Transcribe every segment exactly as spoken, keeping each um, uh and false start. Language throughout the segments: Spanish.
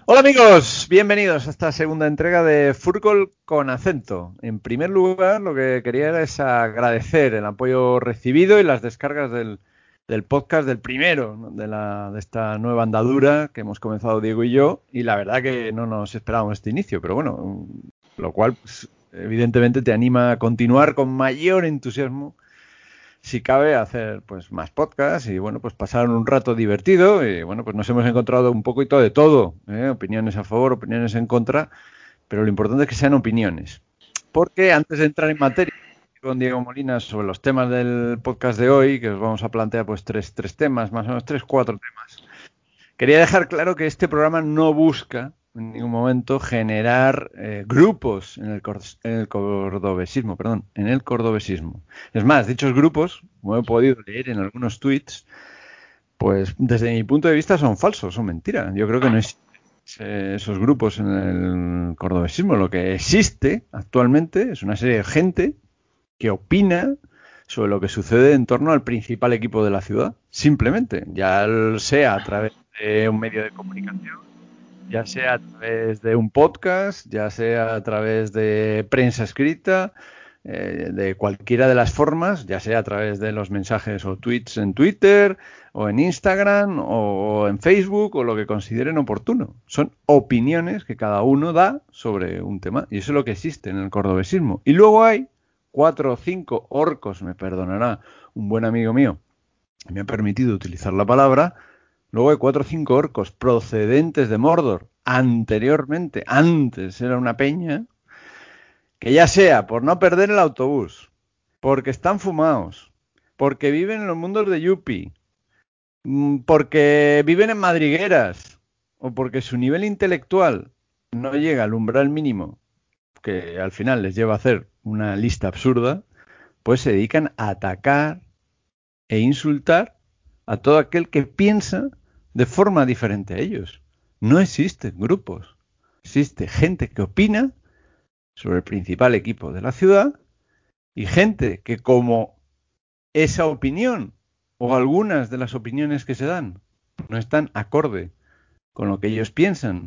Hola amigos, bienvenidos a esta segunda entrega de Fútbol con acento. En primer lugar, lo que quería era es agradecer el apoyo recibido y las descargas del, del podcast del primero, ¿no? de, la, de esta nueva andadura que hemos comenzado Diego y yo. Y la verdad que no nos esperábamos este inicio, pero bueno, lo cual pues, evidentemente te anima a continuar con mayor entusiasmo, si cabe, hacer pues más podcasts y bueno, pues pasar un rato divertido y bueno, pues nos hemos encontrado un poquito de todo, ¿eh? Opiniones a favor, opiniones en contra, pero lo importante es que sean opiniones. Porque antes de entrar en materia con Diego Molina sobre los temas del podcast de hoy, que os vamos a plantear pues tres, tres temas, más o menos tres, cuatro temas. Quería dejar claro que este programa no busca en ningún momento generar eh, grupos en el, cor en el cordobesismo, perdón, en el cordobesismo. Es más, dichos grupos, como he podido leer en algunos tweets, pues desde mi punto de vista son falsos, son mentiras. Yo creo que no existen eh, esos grupos en el cordobesismo. Lo que existe actualmente es una serie de gente que opina sobre lo que sucede en torno al principal equipo de la ciudad, simplemente, ya sea a través de un medio de comunicación, ya sea a través de un podcast, ya sea a través de prensa escrita, eh, de cualquiera de las formas, ya sea a través de los mensajes o tweets en Twitter, o en Instagram, o en Facebook, o lo que consideren oportuno. Son opiniones que cada uno da sobre un tema, y eso es lo que existe en el cordobesismo. Y luego hay cuatro o cinco orcos, me perdonará un buen amigo mío, me ha permitido utilizar la palabra. Luego hay cuatro o cinco orcos procedentes de Mordor, anteriormente, antes era una peña, que ya sea por no perder el autobús, porque están fumados, porque viven en los mundos de Yuppie, porque viven en madrigueras, o porque su nivel intelectual no llega al umbral mínimo, que al final les lleva a hacer una lista absurda, pues se dedican a atacar e insultar a todo aquel que piensa de forma diferente a ellos. No existen grupos, existe gente que opina sobre el principal equipo de la ciudad y gente que como esa opinión o algunas de las opiniones que se dan no están acorde con lo que ellos piensan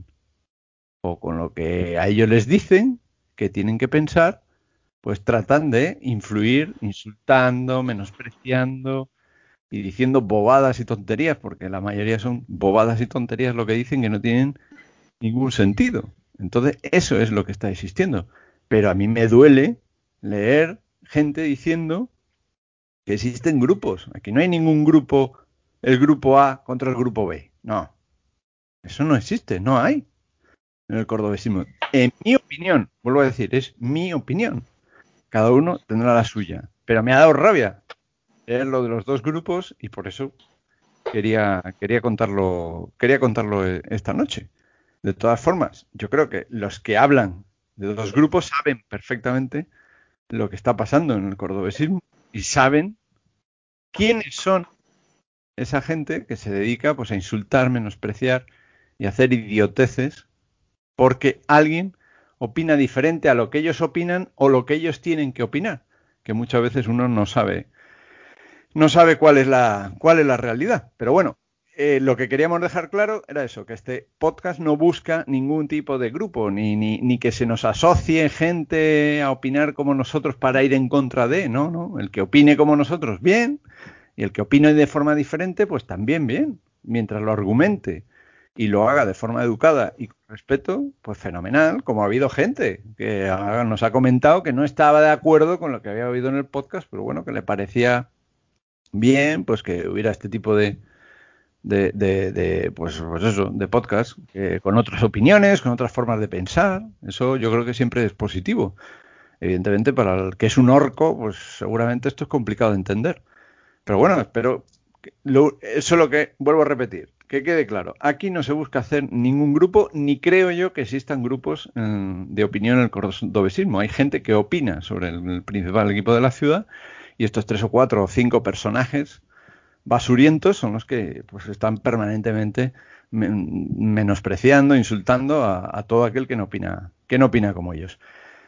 o con lo que a ellos les dicen que tienen que pensar, pues tratan de influir insultando, menospreciando, y diciendo bobadas y tonterías, porque la mayoría son bobadas y tonterías lo que dicen que no tienen ningún sentido. Entonces, eso es lo que está existiendo. Pero a mí me duele leer gente diciendo que existen grupos. Aquí no hay ningún grupo, el grupo A contra el grupo B. No, eso no existe, no hay en el cordobesismo. En mi opinión, vuelvo a decir, es mi opinión. Cada uno tendrá la suya. Pero me ha dado rabia leer lo de los dos grupos y por eso quería, quería contarlo, quería contarlo esta noche. De todas formas, yo creo que los que hablan de dos grupos saben perfectamente lo que está pasando en el cordobesismo y saben quiénes son esa gente que se dedica pues a insultar, menospreciar y hacer idioteces porque alguien opina diferente a lo que ellos opinan o lo que ellos tienen que opinar, que muchas veces uno no sabe no sabe cuál es la, cuál es la realidad. Pero bueno, eh, lo que queríamos dejar claro era eso, que este podcast no busca ningún tipo de grupo, ni, ni, ni que se nos asocie gente a opinar como nosotros para ir en contra de, no, no. El que opine como nosotros, bien, y el que opine de forma diferente, pues también bien, mientras lo argumente y lo haga de forma educada y con respeto, pues fenomenal, como ha habido gente que nos ha comentado que no estaba de acuerdo con lo que había oído en el podcast, pero bueno, que le parecía bien, pues que hubiera este tipo de, de, de, de pues, pues eso, de podcast, eh, con otras opiniones, con otras formas de pensar. Eso yo creo que siempre es positivo. Evidentemente, para el que es un orco, pues seguramente esto es complicado de entender. Pero bueno, espero que lo, eso es lo que vuelvo a repetir. Que quede claro, aquí no se busca hacer ningún grupo, ni creo yo que existan grupos eh, de opinión en el cordobesismo. Hay gente que opina sobre el, el principal equipo de la ciudad y estos tres o cuatro o cinco personajes basurientos son los que pues están permanentemente men menospreciando, insultando a, a todo aquel que no opina, que no opina como ellos.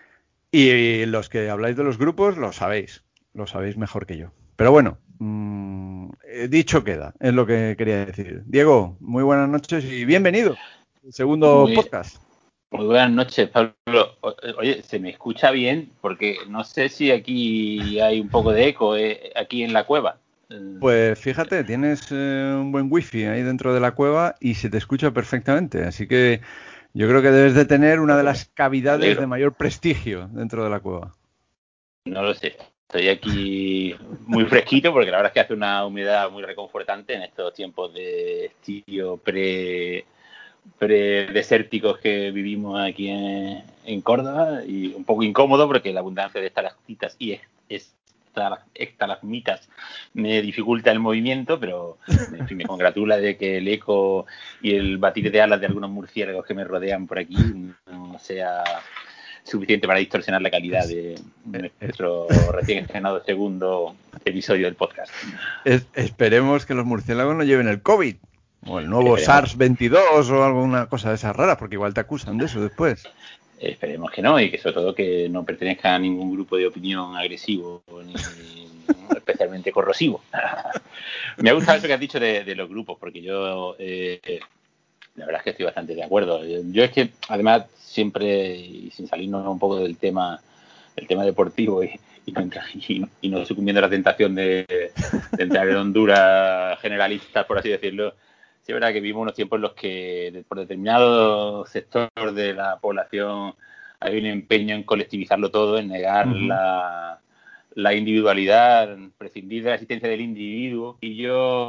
Y los que habláis de los grupos lo sabéis, lo sabéis mejor que yo. Pero bueno, mmm, dicho queda, es lo que quería decir. Diego, muy buenas noches y bienvenido. segundo Muy, podcast. muy buenas noches, Pablo. O- Oye, ¿se me escucha bien? Porque no sé si aquí hay un poco de eco, eh, aquí en la cueva. Eh, Pues fíjate, tienes eh, un buen wifi ahí dentro de la cueva y se te escucha perfectamente. Así que yo creo que debes de tener una de Porque me, las me cavidades de alegro. mayor prestigio dentro de la cueva. No lo sé. Estoy aquí muy fresquito porque la verdad es que hace una humedad muy reconfortante en estos tiempos de estío pre, pre-desérticos que vivimos aquí en, en Córdoba, y un poco incómodo porque la abundancia de estalactitas y es, es estalagmitas me dificulta el movimiento, pero en fin, me congratula de que el eco y el batir de alas de algunos murciélagos que me rodean por aquí no sea suficiente para distorsionar la calidad Es, de eh, eh, nuestro recién estrenado segundo episodio del podcast. es- esperemos que los murciélagos no lleven el COVID o el nuevo Esperemos, SARS veintidós o alguna cosa de esas raras, porque igual te acusan de eso después. esperemos que no, y que sobre todo que no pertenezca a ningún grupo de opinión agresivo ni especialmente corrosivo. Me ha gustado eso que has dicho de, de los grupos, porque yo eh, la verdad es que estoy bastante de acuerdo. Yo, yo es que además siempre, y sin salirnos un poco del tema, del tema deportivo y, y, no, y, y no sucumbiendo a la tentación de, de entrar en Honduras generalista, por así decirlo, sí es verdad que vivimos unos tiempos en los que por determinado sector de la población hay un empeño en colectivizarlo todo, en negar Ujú. la, la individualidad, prescindir de la existencia del individuo, y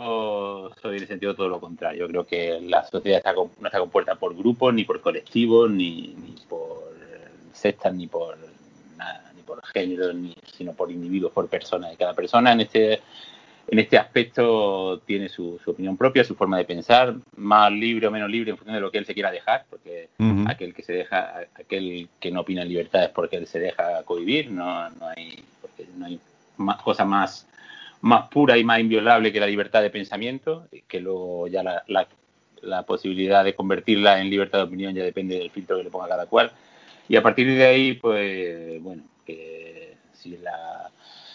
yo soy en el sentido todo lo contrario. Yo creo que la sociedad está, no está compuesta por grupos, ni por colectivos, ni, ni por sectas, ni por nada, ni por género, ni, sino por individuos, por personas. Y cada persona en este en este aspecto tiene su, su, opinión propia, su forma de pensar, más libre o menos libre en función de lo que él se quiera dejar, porque Ujú. aquel que se deja, aquel que no opina en libertad es porque él se deja cohibir, no, no hay, porque no hay más, cosa más, más pura y más inviolable que la libertad de pensamiento, que luego ya la, la, la posibilidad de convertirla en libertad de opinión ya depende del filtro que le ponga cada cual. Y a partir de ahí, pues, bueno, que si la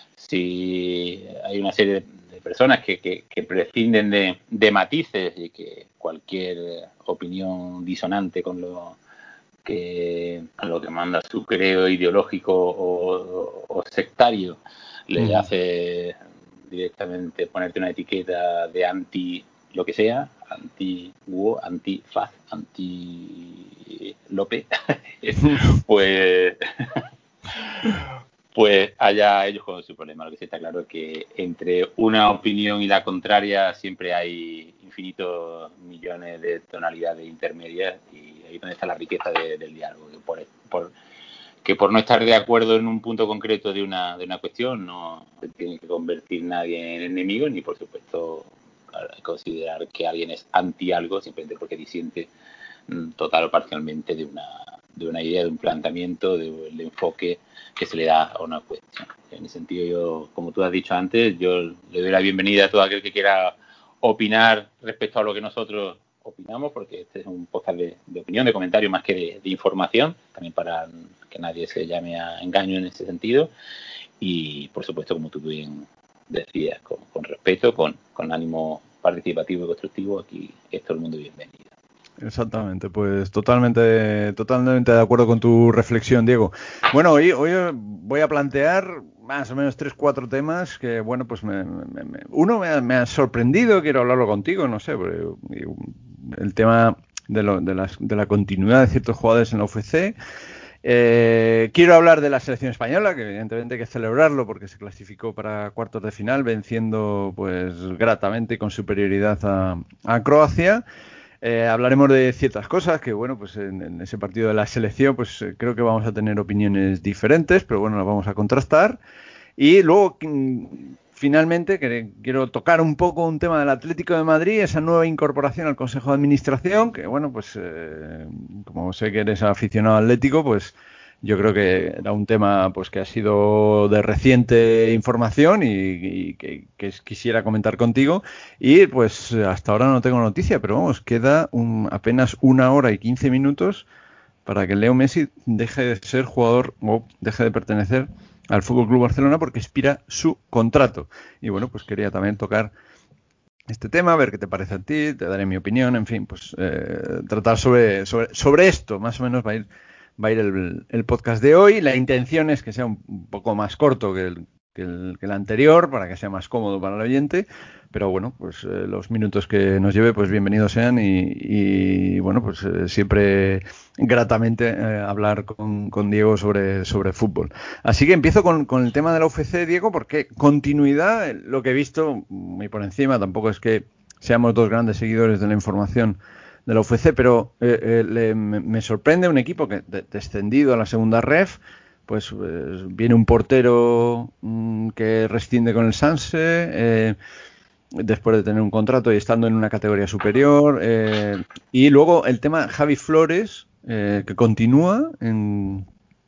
si hay una serie de, de personas que, que, que prescinden de, de matices y que cualquier opinión disonante con lo que, con lo que manda su creo ideológico o, o sectario le Ujú. hace directamente ponerte una etiqueta de anti lo que sea, anti Hugo, anti Faz, anti Lope, pues pues allá ellos con su problema. Lo que sí está claro es que entre una opinión y la contraria siempre hay infinitos millones de tonalidades intermedias, y ahí es donde está la riqueza de, del diálogo. Que por, por, que por no estar de acuerdo en un punto concreto de una, de una cuestión no se tiene que convertir nadie en enemigo, ni por supuesto considerar que alguien es anti algo simplemente porque disiente total o parcialmente de una, de una idea, de un planteamiento, del de enfoque que se le da a una cuestión. En ese sentido, yo, como tú has dicho antes, yo le doy la bienvenida a todo aquel que quiera opinar respecto a lo que nosotros opinamos, porque este es un podcast de, de opinión, de comentario más que de, de información, también para que nadie se llame a engaño en ese sentido. Y, por supuesto, como tú bien decías, con, con respeto, con, con ánimo participativo y constructivo, aquí es todo el mundo bienvenido. Exactamente, pues totalmente, totalmente de acuerdo con tu reflexión, Diego. Bueno, hoy, hoy voy a plantear más o menos tres, cuatro temas que, bueno, pues me, me, me, uno me ha, me ha sorprendido, quiero hablarlo contigo, no sé, el tema de, lo, de, las, de la continuidad de ciertos jugadores en la U F C. Eh, quiero hablar de la selección española, que evidentemente hay que celebrarlo porque se clasificó para cuartos de final, venciendo pues gratamente y con superioridad a, a Croacia. Eh, hablaremos de ciertas cosas que, bueno, pues en, en ese partido de la selección, pues eh, creo que vamos a tener opiniones diferentes, pero bueno, las vamos a contrastar. Y luego, mm, finalmente, que, quiero tocar un poco un tema del Atlético de Madrid, esa nueva incorporación al Consejo de Administración, que, bueno, pues eh, como sé que eres aficionado atlético, pues yo creo que era un tema pues que ha sido de reciente información y, y que, que, quisiera comentar contigo. Y pues hasta ahora no tengo noticia, pero vamos, queda un, apenas una hora y quince minutos para que Leo Messi deje de ser jugador o deje de pertenecer al Fútbol Club Barcelona porque expira su contrato. Y bueno, pues quería también tocar este tema, a ver qué te parece a ti, te daré mi opinión, en fin, pues eh, tratar sobre, sobre, sobre esto, más o menos va a ir, va a ir el, el podcast de hoy. La intención es que sea un, un poco más corto que el, que, el, que el anterior, para que sea más cómodo para el oyente, pero bueno, pues eh, los minutos que nos lleve, pues bienvenidos sean y, y bueno, pues eh, siempre gratamente eh, hablar con, con Diego sobre, sobre fútbol. Así que empiezo con, con el tema de la U F C, Diego, porque continuidad, lo que he visto, muy por encima, tampoco es que seamos dos grandes seguidores de la información de la U F C, pero eh, eh, le, me, me sorprende un equipo que de, descendido a la segunda ref, pues eh, viene un portero mmm, que rescinde con el Sanse, eh, después de tener un contrato y estando en una categoría superior, eh, y luego el tema Javi Flores, eh, que continúa en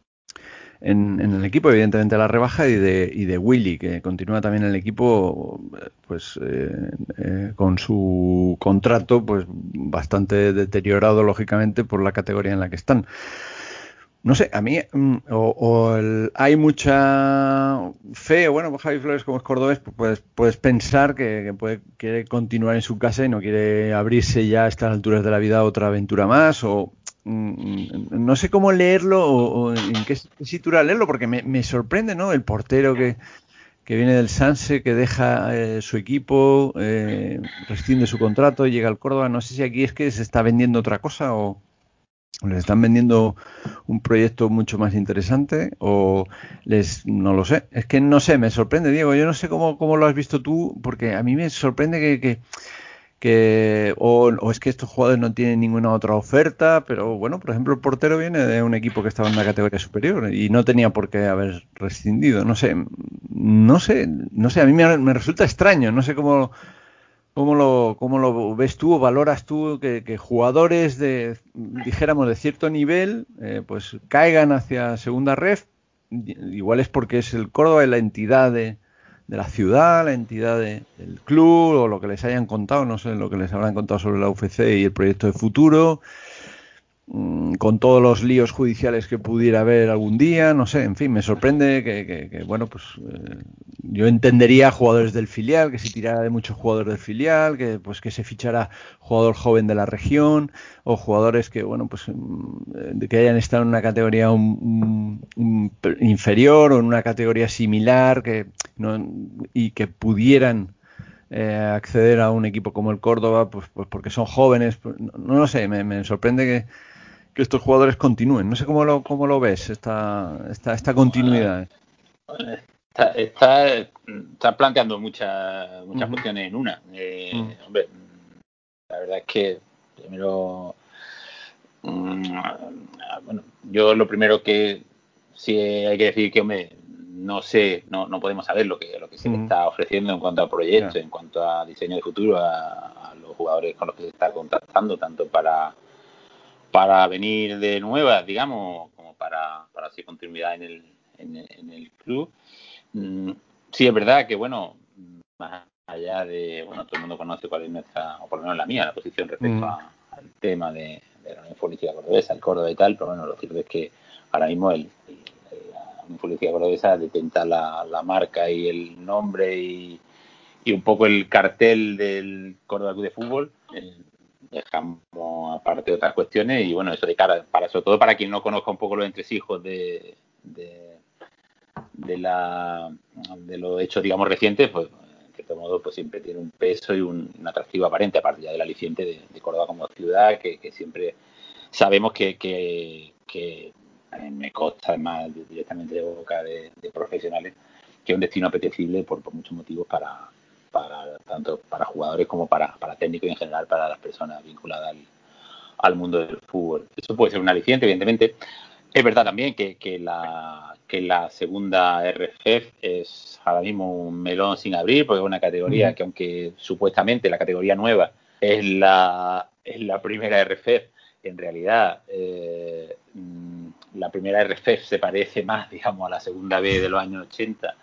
en, en el equipo, evidentemente la rebaja, y de, y de Willy, que continúa también en el equipo, pues eh, eh, con su contrato pues bastante deteriorado, lógicamente, por la categoría en la que están. No sé, a mí mm, o, o el, hay mucha fe, o bueno, pues Javi Flores como es cordobés, pues puedes, puedes pensar que, que puede, quiere continuar en su casa y no quiere abrirse ya a estas alturas de la vida a otra aventura más, o mm, no sé cómo leerlo o, o en qué tesitura leerlo, porque me, me sorprende, ¿no? El portero que, que viene del Sanse, que deja eh, su equipo, eh, rescinde su contrato, llega al Córdoba, no sé si aquí es que se está vendiendo otra cosa o les están vendiendo un proyecto mucho más interesante o les no lo sé, es que no sé, me sorprende, Diego, yo no sé cómo, cómo lo has visto tú, porque a mí me sorprende que, que, que o, o es que estos jugadores no tienen ninguna otra oferta, pero bueno, por ejemplo el portero viene de un equipo que estaba en una categoría superior y no tenía por qué haber rescindido, no sé, no sé, no sé, a mí me, me resulta extraño, no sé cómo ¿Cómo lo, cómo lo ves tú o valoras tú que, que jugadores de, dijéramos, de cierto nivel, eh, pues caigan hacia segunda ref? Igual es porque es el Córdoba y la entidad de, de la ciudad, la entidad de, del club o lo que les hayan contado, no sé, lo que les habrán contado sobre la U F C y el proyecto de futuro, con todos los líos judiciales que pudiera haber algún día, no sé, en fin, me sorprende que, que, que bueno, pues eh, yo entendería jugadores del filial, que se tirara de muchos jugadores del filial, que pues que se fichara jugador joven de la región, o jugadores que, bueno, pues eh, que hayan estado en una categoría un, un, un inferior o en una categoría similar, que no, y que pudieran eh, acceder a un equipo como el Córdoba, pues, pues porque son jóvenes, pues, no, no lo sé, me, me sorprende que que estos jugadores continúen. No sé cómo lo, cómo lo ves, esta, esta, esta continuidad. Está, está, está planteando muchas muchas uh-huh. cuestiones en una. Eh, uh-huh. Hombre, la verdad es que primero, mmm, bueno, yo lo primero que sí hay que decir que, hombre, no sé, no, no podemos saber lo que, lo que se uh-huh. le está ofreciendo en cuanto a proyectos, yeah. en cuanto a diseño de futuro a, a los jugadores con los que se está contactando, tanto para para venir de nuevas, digamos, como para, para hacer continuidad en el, en el, en el club. Mm, sí, es verdad que, bueno, más allá de, bueno, todo el mundo conoce cuál es nuestra, o por lo menos la mía, la posición respecto mm. a, al tema de, de la Unión Futbolística Cordobesa, el Córdoba y tal, pero bueno, lo cierto es que ahora mismo el, el, la Unión Futbolística Cordobesa detenta la, la marca y el nombre y, y un poco el cartel del Córdoba Club de Fútbol. El, dejamos aparte otras cuestiones y bueno, eso de cara, para sobre todo para quien no conozca un poco los entresijos de, de, de la de los hechos, digamos, recientes, pues en cierto modo pues siempre tiene un peso y un, un atractivo aparente, aparte ya del aliciente de, de Córdoba como ciudad, que, que siempre sabemos que, que, que me consta además directamente de boca de, de profesionales que es un destino apetecible por, por muchos motivos para para tanto para jugadores como para, para técnicos y en general para las personas vinculadas al, al mundo del fútbol. Eso puede ser un aliciente, evidentemente. Es verdad también que, que, la, que la segunda R F F es ahora mismo un melón sin abrir, porque es una categoría uh-huh. que, aunque supuestamente la categoría nueva es la, es la primera R F F, en realidad eh, la primera R F F se parece más, digamos, a la segunda B de los años ochenta.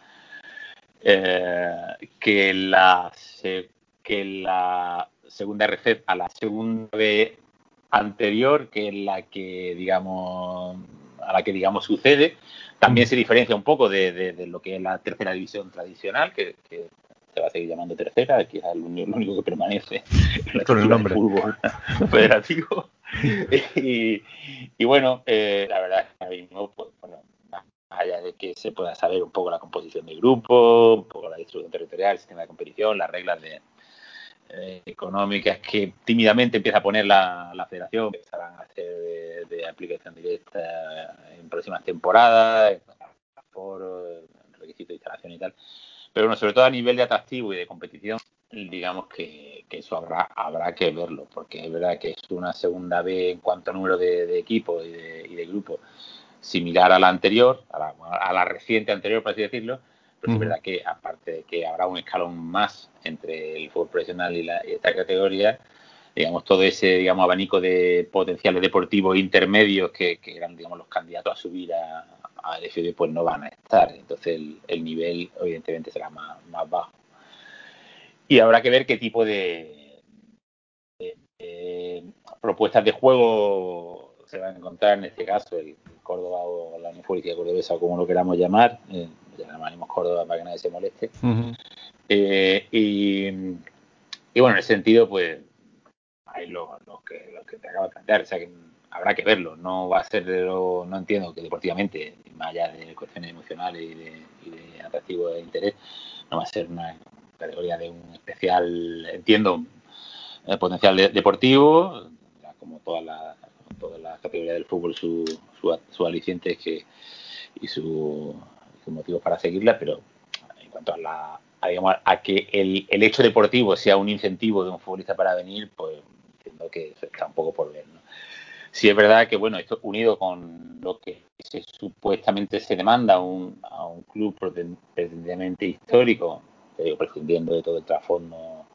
Eh, que la que la segunda R F F a la segunda B anterior, que es la que digamos a la que digamos sucede, también mm. se diferencia un poco de, de, de lo que es la tercera división tradicional, que, que se va a seguir llamando tercera, que es lo único, lo único que permanece en la con el nombre del fútbol federativo. y, y bueno, eh, la verdad es que ahora mismo, pues, bueno, más allá de que se pueda saber un poco la composición del grupo, un poco la distribución territorial, el sistema de competición, las reglas de eh, económicas que tímidamente empieza a poner la, la federación, empezarán a ser de, de aplicación directa en próximas temporadas, por requisitos de instalación y tal. Pero bueno, sobre todo a nivel de atractivo y de competición, digamos que, que eso habrá habrá que verlo, porque es verdad que es una segunda B en cuanto a número de, de equipos y de, y de grupos similar a la anterior, a la, a la reciente anterior, por así decirlo, pero sí es verdad que aparte de que habrá un escalón más entre el fútbol profesional y, la, y esta categoría, digamos, todo ese, digamos, abanico de potenciales deportivos intermedios que, que eran, digamos, los candidatos a subir a, a L F B, pues no van a estar. Entonces el, el nivel, evidentemente, será más, más bajo. Y habrá que ver qué tipo de, de, de propuestas de juego se van a encontrar en este caso, el Córdoba o la Unión Policía Cordobesa, o como lo queramos llamar, eh, ya llamaremos Córdoba para que nadie se moleste. Uh-huh. Eh, y, y bueno, en ese sentido, pues, ahí lo, lo, que, lo que te acabo de plantear, o sea que habrá que verlo, no va a ser, lo, no entiendo que deportivamente, más allá de cuestiones emocionales y de, y de atractivo de interés, no va a ser una categoría de un especial, entiendo, eh, potencial de, deportivo, como todas las todas las categorías del fútbol, su, su, su aliciente es que, y su, sus motivos para seguirla, pero en cuanto a la a, digamos, a que el, el hecho deportivo sea un incentivo de un futbolista para venir, pues entiendo que eso está un poco por ver, ¿no? Sí es verdad que, bueno, esto unido con lo que se, supuestamente se demanda a un, a un club pretendidamente histórico, digo, prescindiendo de todo el trasfondo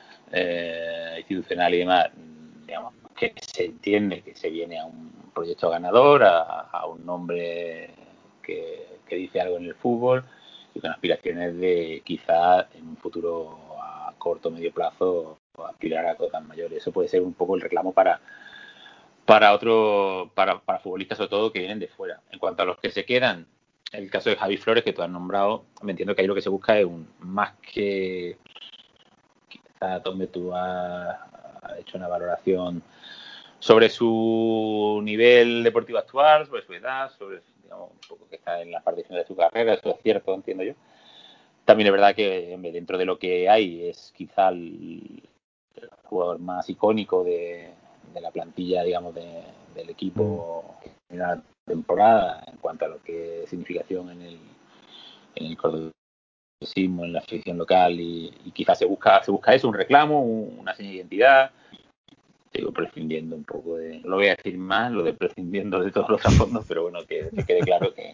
eh, institucional y demás, digamos, que se entiende que se viene a un proyecto ganador, a, a un nombre que, que dice algo en el fútbol y con aspiraciones de quizás en un futuro a corto o medio plazo aspirar a cosas mayores. Eso puede ser un poco el reclamo para para otro para, para futbolistas sobre todo que vienen de fuera. En cuanto a los que se quedan, el caso de Javi Flores que tú has nombrado, me entiendo que ahí lo que se busca es un más que quizás donde tú has, has hecho una valoración sobre su nivel deportivo actual, sobre su edad, sobre, digamos, un poco que está en la parte final de su carrera, eso es cierto, entiendo yo. También es verdad que dentro de lo que hay es quizá el, el jugador más icónico de, de la plantilla, digamos, de, del equipo que termina la temporada en cuanto a lo que es significación en el, en el cordobesismo, en la afición local y, y quizás se busca se busca eso, un reclamo, un, una señal de identidad. Sigo prescindiendo un poco de, no lo voy a decir más, lo de prescindiendo de todos los trasfondos, pero bueno, que, que quede claro que...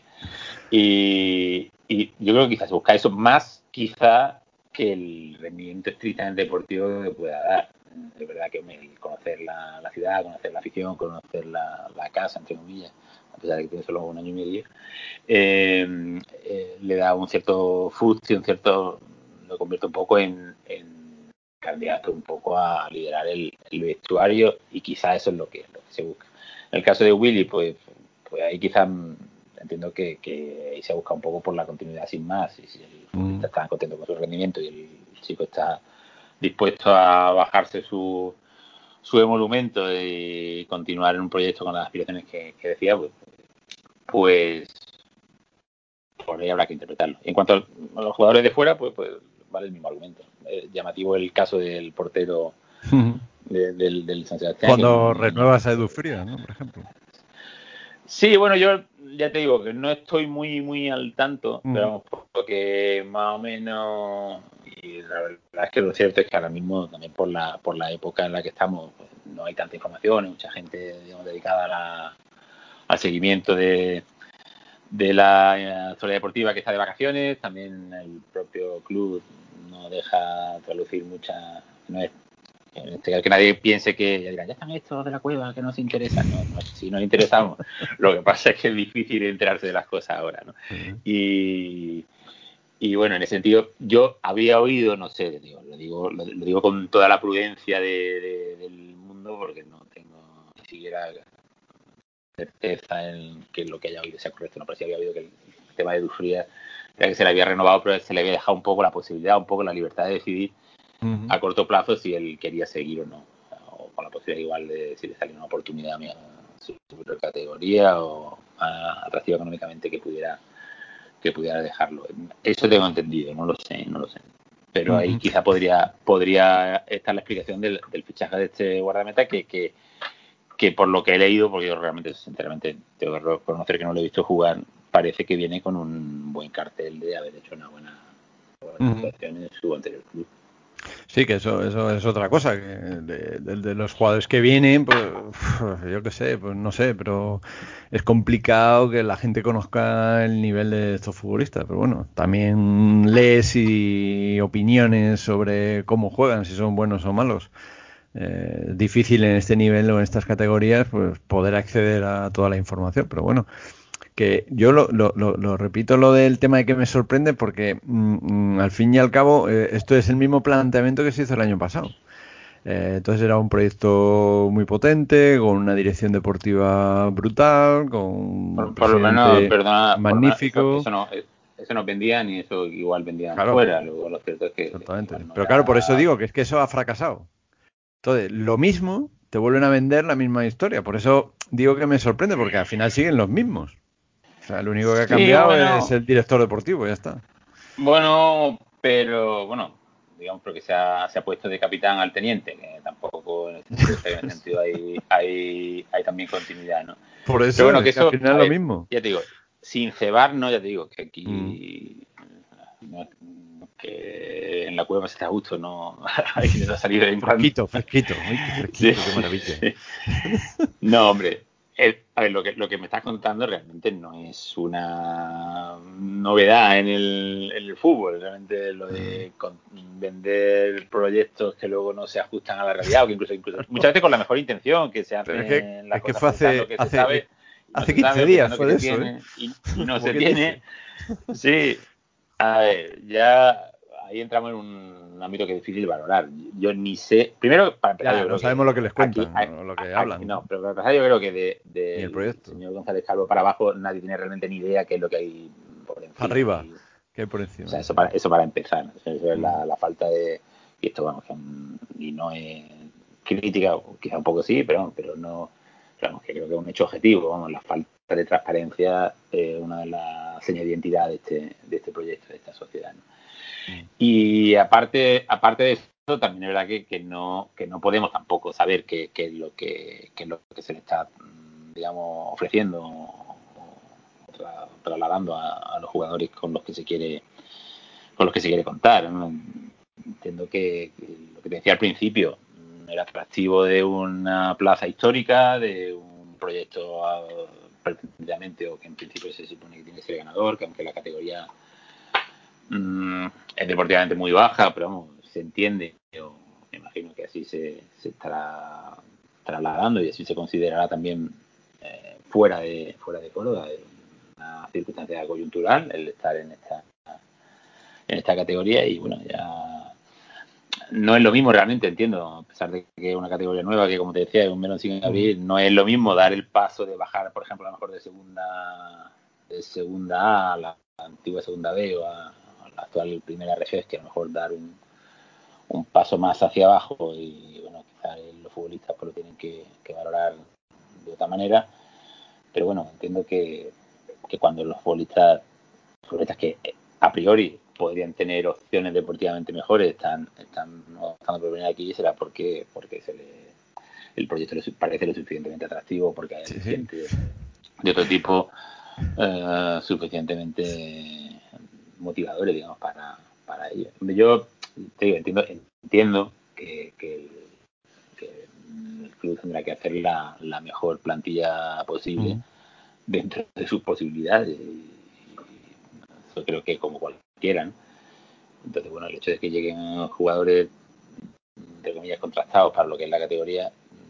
Y, y yo creo que quizás se busca eso más, quizá, que el rendimiento estrictamente deportivo que pueda dar. Es verdad que conocer la, la ciudad, conocer la afición, conocer la, la casa, entre comillas, a pesar de que tiene solo un año y medio, eh, eh, le da un cierto fuste, un cierto... lo convierte un poco en... en candidato un poco a liderar el, el vestuario y quizá eso es lo que, lo que se busca. En el caso de Willy, pues, pues ahí quizá entiendo que, que ahí se busca un poco por la continuidad sin más y si el futbolista mm. está contento con su rendimiento y el chico está dispuesto a bajarse su, su emolumento y continuar en un proyecto con las aspiraciones que, que decía, pues, pues por ahí habrá que interpretarlo. En cuanto a los jugadores de fuera, pues, pues vale el mismo argumento. Es llamativo el caso del portero de, del, del San Sebastián. Cuando que, renuevas a Edu Frías, ¿no? Por ejemplo. Sí, bueno, yo ya te digo que no estoy muy muy al tanto, mm. pero porque más o menos, y la verdad es que lo cierto es que ahora mismo también por la por la época en la que estamos, pues, no hay tanta información, hay mucha gente, digamos, dedicada a la, al seguimiento de de la historia deportiva que está de vacaciones. También el propio club no deja traducir mucha, no es este, que nadie piense que ya dirán, ya están estos de la cueva que nos interesan. No, no, si nos interesamos, lo que pasa es que es difícil enterarse de las cosas ahora, ¿no? Uh-huh. y y bueno, en ese sentido yo había oído, no sé, digo, lo digo lo, lo digo con toda la prudencia de, de, del mundo porque no tengo ni siquiera certeza en que lo que haya oído sea correcto, no, pero sí había oído que el tema de Dufría que se le había renovado, pero se le había dejado un poco la posibilidad, un poco la libertad de decidir uh-huh. a corto plazo si él quería seguir o no, o con la posibilidad igual de si le salía una oportunidad a su categoría o a, atractiva económicamente que pudiera que pudiera dejarlo. Eso tengo entendido, no lo sé, no lo sé. Pero uh-huh. ahí quizá podría podría estar la explicación del, del fichaje de este guardameta que, que que por lo que he leído, porque yo realmente sinceramente tengo que reconocer que no lo he visto jugar, parece que viene con un buen cartel de haber hecho una buena, buena uh-huh. actuación en su anterior club. Sí, que eso eso es otra cosa, que de, de, de los jugadores que vienen, pues yo qué sé, pues no sé, pero es complicado que la gente conozca el nivel de estos futbolistas, pero bueno, también lees y opiniones sobre cómo juegan, si son buenos o malos. Eh, difícil en este nivel o en estas categorías pues poder acceder a toda la información, pero bueno, que yo lo, lo, lo, lo repito lo del tema de que me sorprende porque mm, al fin y al cabo eh, esto es el mismo planteamiento que se hizo el año pasado. Eh, entonces era un proyecto muy potente, con una dirección deportiva brutal, con un por, por lo menos, perdona, magnífico. Por lo menos eso, eso no, eso no vendían y eso igual vendían claro. fuera. Luego lo cierto es que exactamente. No pero era... claro, por eso digo que es que eso ha fracasado. Entonces, lo mismo, te vuelven a vender la misma historia. Por eso digo que me sorprende, porque al final siguen los mismos. O sea, lo único que ha cambiado sí, bueno, es el director deportivo, ya está. Bueno, pero bueno, digamos porque se ha, se ha puesto de capitán al teniente, que tampoco en ese sentido hay, hay, hay también continuidad, ¿no? Por eso, pero bueno, que es que eso, al final es lo mismo. Ya te digo, sin cebar, no, ya te digo, que aquí... Mm. No, que en la cueva se está a gusto, no hay que salir de fresquito, fresquito, uy, qué fresquito, sí, qué maravilla. Sí. No, hombre, el, a ver, lo que, lo que me estás contando realmente no es una novedad en el, en el fútbol, realmente lo de con, vender proyectos que luego no se ajustan a la realidad, o que incluso, incluso muchas veces con la mejor intención, que se hacen es que, las es que cosas fue pensando hace, que hace, se sabe, eh, no hace se quince sabe, días fue que de se eso, tiene ¿eh? y, y no se tiene. tiene. Sí, a ver, ya ahí entramos en un ámbito que es difícil valorar. Yo ni sé, primero para empezar Ya, yo creo no sabemos que lo que les cuentan, aquí, no, lo que aquí, hablan. no, pero para empezar yo creo que de, de Ni el proyecto. señor González Calvo para abajo nadie tiene realmente ni idea qué es lo que hay por encima. Arriba, y, ¿qué hay por encima? O sea, eso para, eso para empezar. Eso es mm. la, la falta de... Y esto, vamos, y no es crítica, o quizá un poco sí, pero, pero no... Vamos, que creo que es un hecho objetivo, vamos, la falta de transparencia es una de las señas de identidad de este, de este proyecto, de esta sociedad, ¿no? Mm. Y aparte, aparte de eso, también es verdad que, que no que no podemos tampoco saber qué, qué es lo que qué es lo que se le está, digamos, ofreciendo o tra, trasladando a, a los jugadores con los que se quiere con los que se quiere contar, ¿no? Entiendo que, que lo que te decía al principio, el atractivo de una plaza histórica, de un proyecto pretendidamente o que en principio se supone que tiene que ser ganador, que aunque la categoría mmm, es deportivamente muy baja, pero vamos, se entiende, yo me imagino que así se, se estará trasladando y así se considerará también eh, fuera de fuera de Córdoba, es una circunstancia coyuntural el estar en esta en esta categoría y bueno, ya no es lo mismo realmente, entiendo, a pesar de que es una categoría nueva que como te decía es un melón sin abrir, no es lo mismo dar el paso de bajar, por ejemplo, a lo mejor de segunda de segunda A a la antigua segunda B o a, a la actual primera R F, que a lo mejor dar un, un paso más hacia abajo y bueno, quizás los futbolistas pues lo tienen que, que valorar de otra manera, pero bueno, entiendo que, que cuando los futbolistas futbolistas que a priori podrían tener opciones deportivamente mejores, están están no estando por venir aquí, será porque porque se le, el proyecto les parece lo suficientemente atractivo, porque hay sí, alicientes sí. de otro tipo eh, suficientemente motivadores, digamos, para, para ello. Yo te digo, entiendo, entiendo que, que, el, que el club tendrá que hacer la, la mejor plantilla posible mm. dentro de sus posibilidades. Yo creo que como cualquiera, ¿no? Entonces, bueno, el hecho de que lleguen jugadores, entre comillas, contrastados para lo que es la categoría,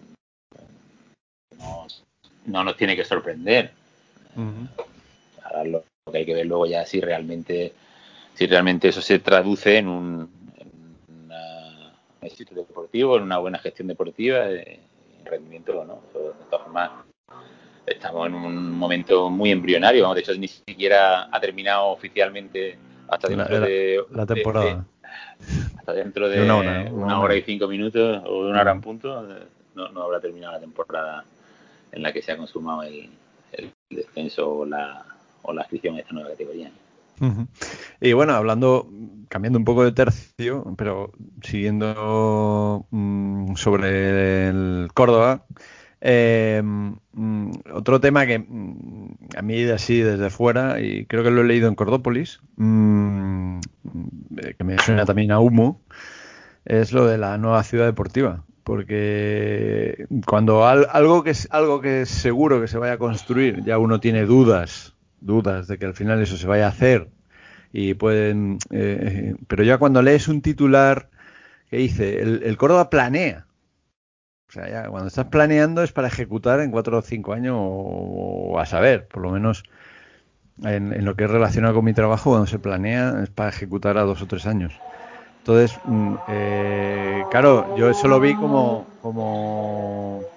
no, no nos tiene que sorprender. Uh-huh. Ahora lo que hay que ver luego ya es si realmente, si realmente eso se traduce en un, en una, un éxito deportivo, en una buena gestión deportiva, en rendimiento o no. Eso, de todas formas, estamos en un momento muy embrionario, vamos, de hecho ni siquiera ha terminado oficialmente hasta dentro la, de, la de, de temporada. hasta dentro De una hora, de ¿no? Más una o hora menos. y cinco minutos o de una hora en Mm. punto, no, no habrá terminado la temporada en la que se ha consumado el, el descenso o la, o la inscripción a esta nueva categoría. Uh-huh. Y bueno, hablando, cambiando un poco de tercio, pero siguiendo mmm, sobre el Córdoba, eh, mmm, otro tema que mmm, a mí así desde fuera, y creo que lo he leído en Cordópolis, mmm, que me suena también a humo, es lo de la nueva ciudad deportiva. Porque cuando al, algo que es algo que es seguro que se vaya a construir, ya uno tiene dudas, dudas de que al final eso se vaya a hacer y pueden, eh, pero ya cuando lees un titular que dice el, el Córdoba planea, o sea, ya cuando estás planeando es para ejecutar en cuatro o cinco años o, o a saber, por lo menos en, en, lo que es relacionado con mi trabajo, cuando se planea es para ejecutar a dos o tres años. Entonces, eh, claro, yo eso lo vi como, como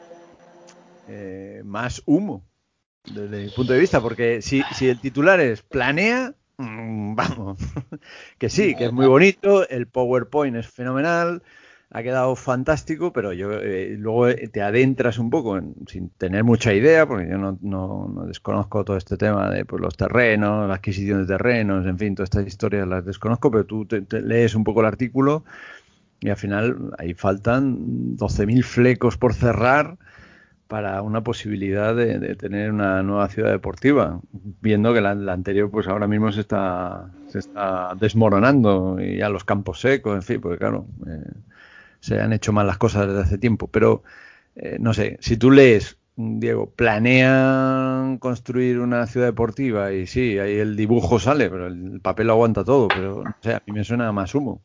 eh, más humo desde mi punto de vista, porque si, si el titular es planea, mmm, vamos, que sí, que es muy bonito, el PowerPoint es fenomenal, ha quedado fantástico, pero yo eh, luego te adentras un poco en, sin tener mucha idea, porque yo no, no, no desconozco todo este tema de pues, los terrenos, la adquisición de terrenos, en fin, todas estas historias las desconozco, pero tú te, te lees un poco el artículo y al final ahí faltan doce mil flecos por cerrar para una posibilidad de, de tener una nueva ciudad deportiva, viendo que la, la anterior pues ahora mismo se está se está desmoronando y ya los campos secos, en fin, porque claro, eh, se han hecho mal las cosas desde hace tiempo, pero eh, no sé, si tú lees, Diego, planean construir una ciudad deportiva y sí, ahí el dibujo sale, pero el papel lo aguanta todo, pero no sé, a mí me suena más humo.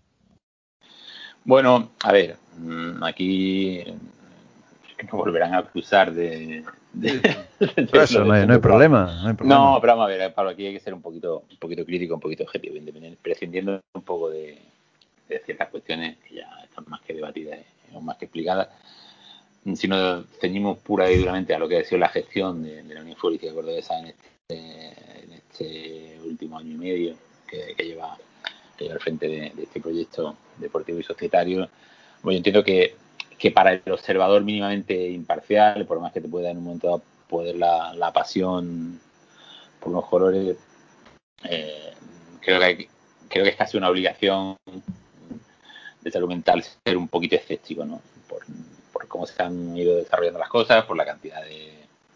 Bueno, a ver, aquí me volverán a acusar de, de, Sí, sí. de Pero lo eso no del hay, no hay fondo Pablo. problema, no hay No, problema. pero vamos a ver, Pablo, aquí hay que ser un poquito, un poquito crítico, un poquito objetivo, independiente, prescindiendo un poco de, de ciertas cuestiones que ya están más que debatidas o más que explicadas. Si nos ceñimos pura y duramente a lo que ha sido la gestión de, de la Unión Futbolística Cordobesa en este, en este último año y medio que, que lleva que lleva al frente de, de este proyecto deportivo y societario, bueno, yo entiendo que, que para el observador mínimamente imparcial, por más que te pueda en un momento dado poder la, la pasión por unos colores, eh, creo que hay, creo que es casi una obligación de salud mental ser un poquito escéptico, ¿no? Por, por cómo se han ido desarrollando las cosas, por la cantidad de,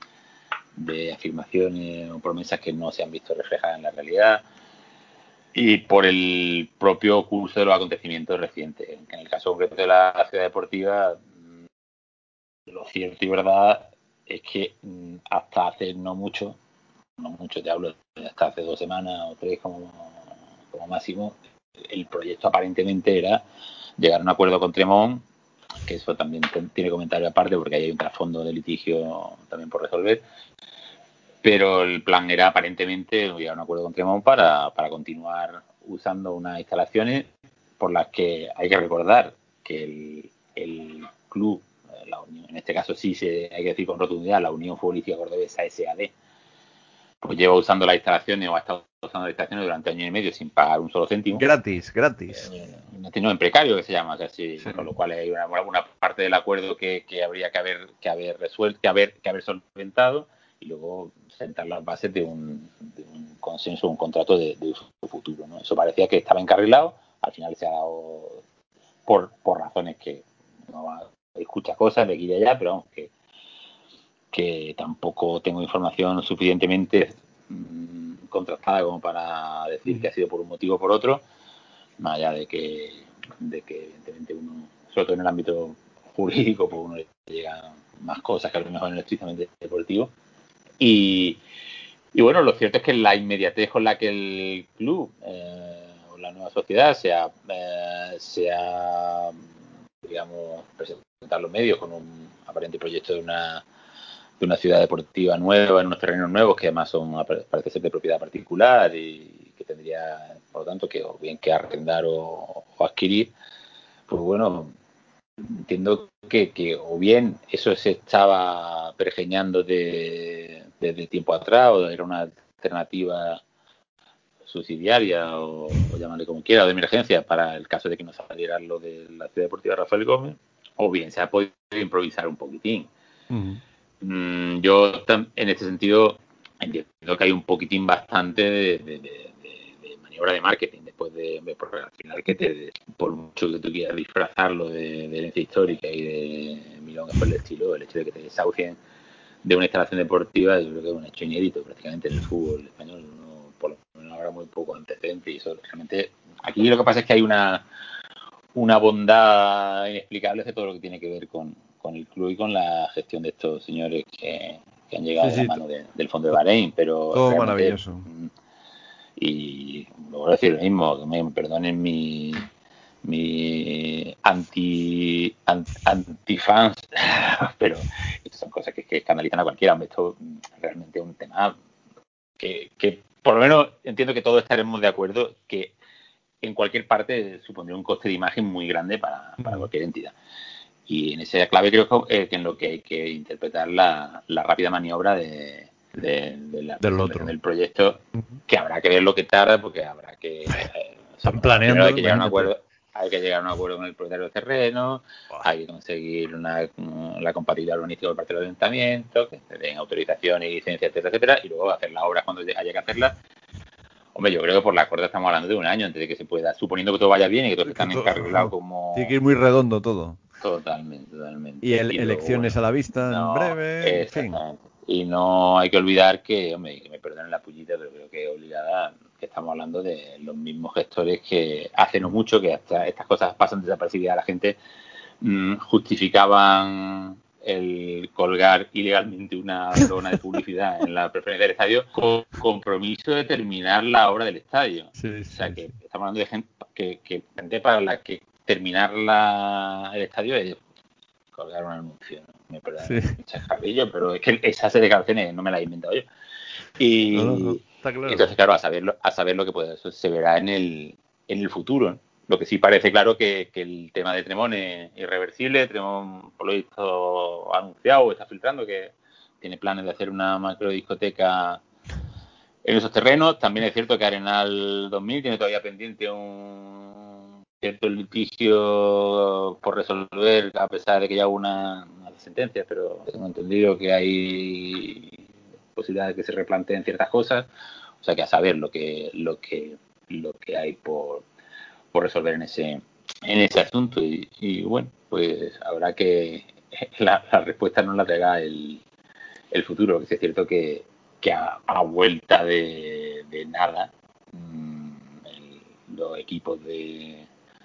de afirmaciones o promesas que no se han visto reflejadas en la realidad y por el propio curso de los acontecimientos recientes. En el caso concreto de la ciudad deportiva, lo cierto y verdad es que hasta hace no mucho, no mucho te hablo, hasta hace dos semanas o tres como, como máximo, el proyecto aparentemente era llegar a un acuerdo con Tremont, que eso también tiene comentario aparte porque ahí hay un trasfondo de litigio también por resolver, pero el plan era aparentemente llegar a un acuerdo con Tremont para, para continuar usando unas instalaciones por las que hay que recordar que el, el club, la Unión, en este caso sí se, hay que decir con rotundidad, la Unión Futbolística Cordobesa S A D, pues lleva usando las instalaciones o ha estado usando las instalaciones durante año y medio sin pagar un solo céntimo. Gratis, gratis. Eh, no, en precario que se llama, o sea, sí, Sí. con lo cual hay una, una parte del acuerdo que, que habría que haber, que haber resuelto, que haber, que haber solventado y luego sentar las bases de un, de un consenso, un contrato de, de uso futuro, ¿no? Eso parecía que estaba encarrilado, al final se ha dado por, por razones que no escucha cosas de aquí y de allá, pero vamos, que, que tampoco tengo información suficientemente mmm, contrastada como para decir mm. que ha sido por un motivo o por otro, más allá de que, de que evidentemente uno, sobre todo en el ámbito jurídico, pues uno le llega más cosas que a lo mejor en el estrictamente deportivo. Y, y bueno, lo cierto es que la inmediatez con la que el club eh, o la nueva sociedad se ha, eh, se ha digamos, presentado en los medios con un aparente proyecto de una de una ciudad deportiva nueva, en unos terrenos nuevos que además son, parece ser de propiedad particular y que tendría, por lo tanto, que o bien que arrendar o, o adquirir, pues bueno, entiendo que, que o bien eso se estaba pergeñando de, desde tiempo atrás, o era una alternativa subsidiaria, o, o llamarle como quiera, o de emergencia, para el caso de que no saliera lo de la Ciudad Deportiva Rafael Gómez, o bien se ha podido improvisar un poquitín. Uh-huh. Mm, yo en este sentido entiendo que hay un poquitín bastante de, de, de, de maniobra de marketing después de, de porque al final que te, por mucho que tú quieras disfrazarlo de, de herencia histórica y de milongas por el estilo, el hecho de que te desahucien de una instalación deportiva, yo creo que es un hecho inédito prácticamente en el fútbol español, no, por lo menos habrá muy poco antecedente, y eso realmente aquí lo que pasa es que hay una una bondad inexplicable de todo lo que tiene que ver con, con el club y con la gestión de estos señores que, que han llegado sí, sí, de la mano de, del fondo de Bahrein, pero todo maravilloso. Y lo voy a decir lo mismo, que me perdonen mi mi anti, anti antifans, pero estas son cosas que, que escandalizan a cualquiera. Esto realmente es un tema que, que por lo menos entiendo que todos estaremos de acuerdo que en cualquier parte supondría un coste de imagen muy grande para, para cualquier entidad. Y en esa clave creo que, eh, que en lo que hay que interpretar la, la rápida maniobra de, de, de la presentación del proyecto, uh-huh. que habrá que ver lo que tarda, porque habrá que... Eh, Están planeando. Hay que, llegar a un acuerdo, hay que llegar a un acuerdo con el propietario del terreno, wow. hay que conseguir una, la compatibilidad urbanística por parte del ayuntamiento, que se den autorización y licencias, etcétera, etcétera, y luego hacer las obras cuando haya que hacerlas. Hombre, yo creo que por la cuerda estamos hablando de un año antes de que se pueda, suponiendo que todo vaya bien y que todos están encarrilados como... Tiene que ir muy redondo todo. Totalmente, totalmente. Y, el, y elecciones luego, bueno, a la vista no, en breve, en fin. Y no hay que olvidar que, hombre, que me perdonen la pullita, pero creo que es obligada, que estamos hablando de los mismos gestores que hace no mucho, que hasta estas cosas pasan desapercibidas a la gente, mmm, justificaban el colgar ilegalmente una lona de publicidad en la preferencia del estadio con compromiso de terminar la obra del estadio. Sí, o sea, sí, que sí. estamos hablando de gente que, que gente para la que terminar la, el estadio es colgar un anuncio, ¿no? Me perdonan sí. el chascarrillo, pero es que esas declaraciones no me las he inventado yo. Y, no, no, no. Está claro. Y entonces, claro, a saber, a saber lo que puede, eso se verá en el, en el futuro, ¿no? Lo que sí parece claro que, que el tema de Tremón es irreversible. Tremón, por lo visto, ha anunciado, está filtrando que tiene planes de hacer una macrodiscoteca en esos terrenos. También es cierto que Arenal dos mil tiene todavía pendiente un cierto litigio por resolver, a pesar de que ya hubo una, una sentencia, pero tengo entendido que hay posibilidad de que se replanteen ciertas cosas. O sea que a saber lo que lo que lo que hay por por resolver en ese en ese asunto y, y bueno, pues habrá que la, la respuesta no la traiga el, el futuro, que sí es cierto que, que a, a vuelta de, de nada mmm, el, los equipos de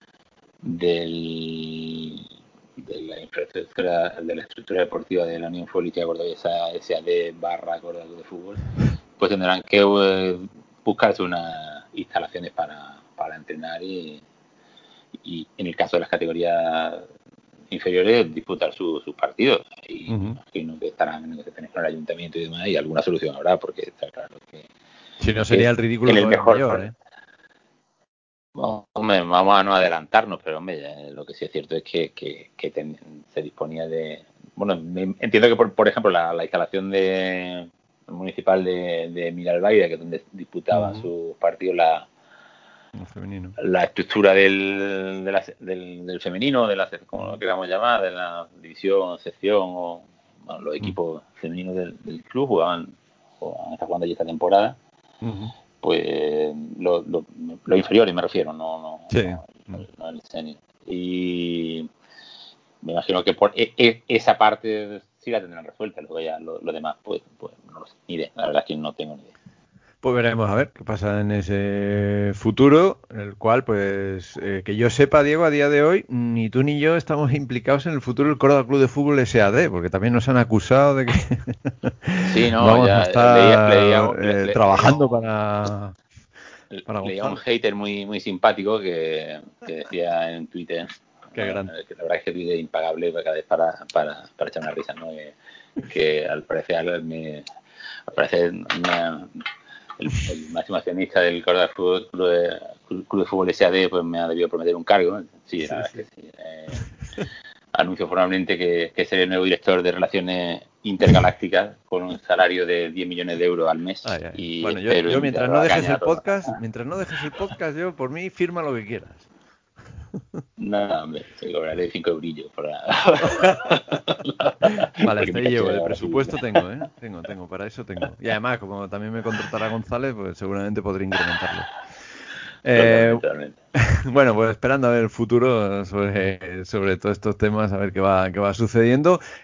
del de la infraestructura de la estructura deportiva de la Unión Futbolística Cordobesa S A D barra Córdoba de Fútbol, pues tendrán que eh, buscarse unas instalaciones para, para entrenar y y en el caso de las categorías inferiores disputar su, sus partidos y uh-huh. me imagino que estarán en negociaciones con el ayuntamiento y demás y alguna solución habrá porque está claro que si no sería que el ridículo en el mejor mayor, ¿eh? Bueno, hombre, vamos a no adelantarnos, pero hombre, lo que sí es cierto es que, que, que ten, se disponía de bueno, me, entiendo que por, por ejemplo la, la instalación de municipal de, de Miralbaida, que es donde disputaba uh-huh. sus partidos la femenino. La estructura del, de la, del, del femenino, de la, como lo queramos llamar, de la división, sección o bueno, los equipos uh-huh. femeninos del, del club jugaban, jugaban hasta jugando allí esta temporada, uh-huh. pues los lo, lo inferiores me refiero, no, no, sí. no, no, no el senior. Y me imagino que por e, e, esa parte sí la tendrán resuelta, luego ya lo, lo demás pues, pues no lo sé, ni idea, la verdad es que no tengo ni idea. Pues veremos a ver qué pasa en ese futuro, en el cual, pues, eh, que yo sepa, Diego, a día de hoy, ni tú ni yo estamos implicados en el futuro del Córdoba Club de Fútbol S A D, porque también nos han acusado de que sí, no, vamos ya a estar leía, leía, eh, le, trabajando leía un, para, para leía un hater muy muy simpático que, que decía en Twitter, Qué bueno, gran. que la verdad es que Twitter es impagable cada vez para, para, para echar una risa, ¿no? Que, que al parecer me, al parecer una, el, el máximo accionista del Córdoba Fútbol, Club, de, Club de Fútbol S A D pues me ha debido prometer un cargo, ¿no? Sí, la sí, verdad sí. es que sí. Eh, anuncio formalmente que, que seré el nuevo director de Relaciones intergaláctica con un salario de diez millones de euros al mes. Ay, ay. Y bueno, yo, yo mientras no dejes el podcast, mientras no dejes el podcast, yo por mí firma lo que quieras. No, no, hombre, te cobraré cinco eurillos por Vale, hasta ahí llevo. De presupuesto tengo, ¿eh? Tengo, tengo, para eso tengo. Y además, como también me contratará González, pues seguramente podré incrementarlo. Eh, totalmente, totalmente. Bueno, pues esperando a ver el futuro sobre, sobre todos estos temas, a ver qué va, qué va sucediendo.